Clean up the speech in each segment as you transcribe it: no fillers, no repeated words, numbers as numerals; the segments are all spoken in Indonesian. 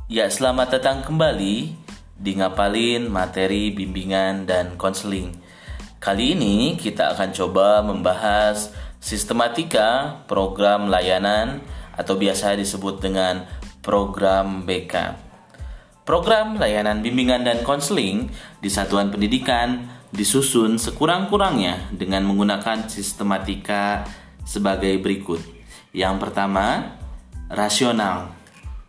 Ya, selamat datang kembali di Ngapalin Materi Bimbingan dan Konseling. Kali ini kita akan coba membahas sistematika program layanan atau biasa disebut dengan program BK. Program layanan bimbingan dan konseling di satuan pendidikan disusun sekurang-kurangnya dengan menggunakan sistematika sebagai berikut. Yang pertama, rasional.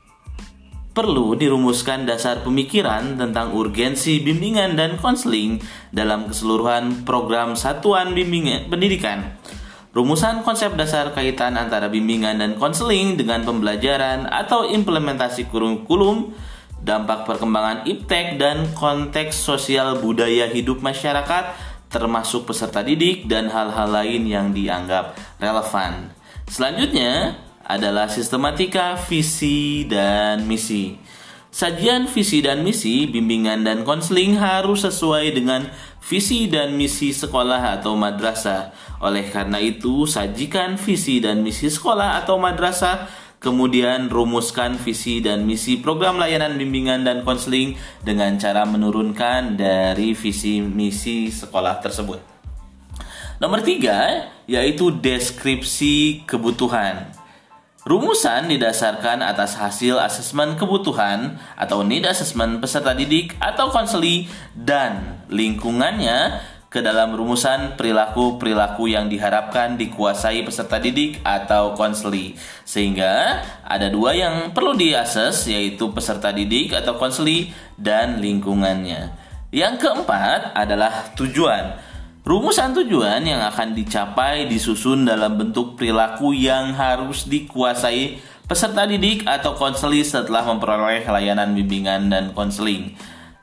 Perlu dirumuskan dasar pemikiran tentang urgensi bimbingan dan konseling dalam keseluruhan program satuan bimbingan pendidikan. Rumusan konsep dasar kaitan antara bimbingan dan konseling dengan pembelajaran atau implementasi kurikulum, dampak perkembangan iptek dan konteks sosial budaya hidup masyarakat, termasuk peserta didik dan hal-hal lain yang dianggap relevan. Selanjutnya adalah sistematika visi dan misi. Sajian visi dan misi bimbingan dan konseling harus sesuai dengan visi dan misi sekolah atau madrasah. Oleh karena itu, sajikan visi dan misi sekolah atau madrasah, kemudian rumuskan visi dan misi program layanan bimbingan dan konseling dengan cara menurunkan dari visi misi sekolah tersebut. Nomor 3, yaitu deskripsi kebutuhan. Rumusan didasarkan atas hasil asesmen kebutuhan atau need assessment peserta didik atau konseli dan lingkungannya ke dalam rumusan perilaku-perilaku yang diharapkan dikuasai peserta didik atau konseli. Sehingga ada dua yang perlu diakses, yaitu peserta didik atau konseli dan lingkungannya. Yang keempat adalah tujuan. Rumusan tujuan yang akan dicapai disusun dalam bentuk perilaku yang harus dikuasai peserta didik atau konseli setelah memperoleh layanan bimbingan dan konseling.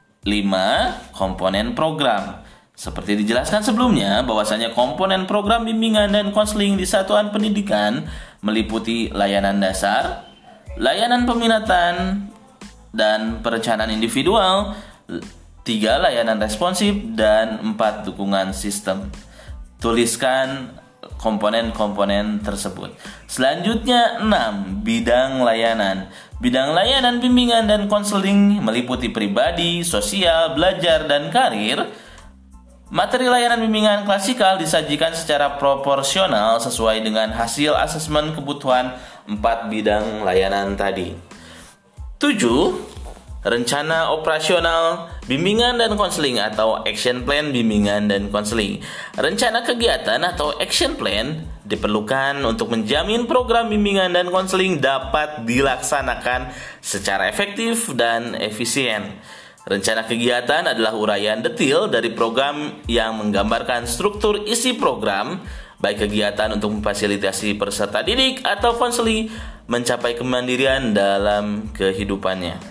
5. Komponen program. Seperti dijelaskan sebelumnya, bahwasanya komponen program bimbingan dan konseling di satuan pendidikan meliputi layanan dasar, layanan peminatan dan perencanaan individual, 3. Layanan responsif, dan 4. Dukungan sistem. Tuliskan komponen-komponen tersebut. Selanjutnya 6. Bidang layanan. Bidang layanan bimbingan dan konseling meliputi pribadi, sosial, belajar, dan karir. Materi layanan bimbingan klasikal disajikan secara proporsional sesuai dengan hasil asesmen kebutuhan 4 bidang layanan tadi. 7. Rencana operasional bimbingan dan konseling atau action plan bimbingan dan konseling. Rencana kegiatan atau action plan diperlukan untuk menjamin program bimbingan dan konseling dapat dilaksanakan secara efektif dan efisien. Rencana kegiatan adalah uraian detail dari program yang menggambarkan struktur isi program, baik kegiatan untuk memfasilitasi peserta didik atau konseli mencapai kemandirian dalam kehidupannya.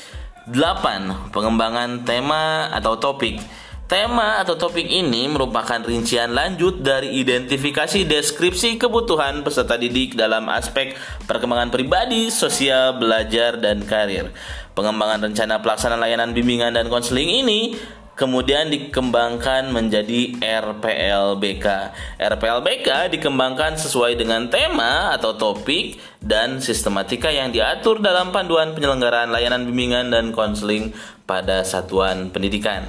8. Pengembangan tema atau topik. Tema atau topik ini merupakan rincian lanjut dari identifikasi deskripsi kebutuhan peserta didik dalam aspek perkembangan pribadi, sosial, belajar, dan karir. Pengembangan rencana pelaksanaan layanan bimbingan dan konseling ini kemudian dikembangkan menjadi RPLBK. RPLBK dikembangkan sesuai dengan tema atau topik dan sistematika yang diatur dalam panduan penyelenggaraan layanan bimbingan dan konseling pada satuan pendidikan.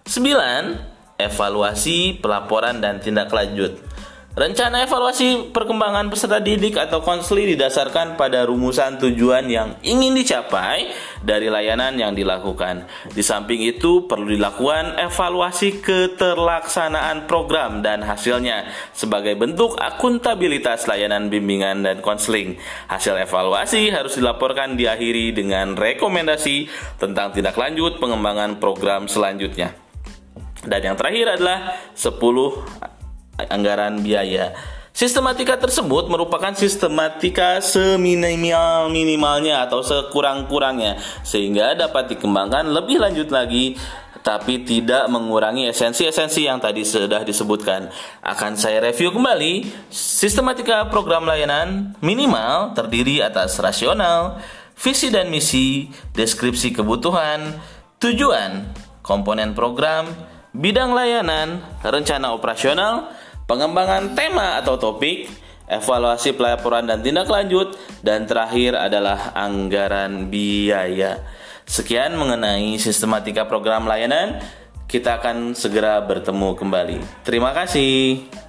9. Evaluasi, pelaporan, dan tindak lanjut. Rencana evaluasi perkembangan peserta didik atau konseli didasarkan pada rumusan tujuan yang ingin dicapai dari layanan yang dilakukan. Di samping itu, perlu dilakukan evaluasi keterlaksanaan program dan hasilnya sebagai bentuk akuntabilitas layanan bimbingan dan konseling. Hasil evaluasi harus dilaporkan diakhiri dengan rekomendasi tentang tindak lanjut pengembangan program selanjutnya. Dan yang terakhir adalah 10. Anggaran biaya. Sistematika tersebut merupakan sistematika seminimal-minimalnya atau sekurang-kurangnya sehingga dapat dikembangkan lebih lanjut lagi tapi tidak mengurangi esensi-esensi yang tadi sudah disebutkan. Akan saya review kembali. Sistematika program layanan minimal terdiri atas rasional, visi dan misi, deskripsi kebutuhan, tujuan, komponen program, bidang layanan, rencana operasional, pengembangan tema atau topik, evaluasi pelaporan dan tindak lanjut, dan terakhir adalah anggaran biaya. Sekian mengenai sistematika program layanan. Kita akan segera bertemu kembali. Terima kasih.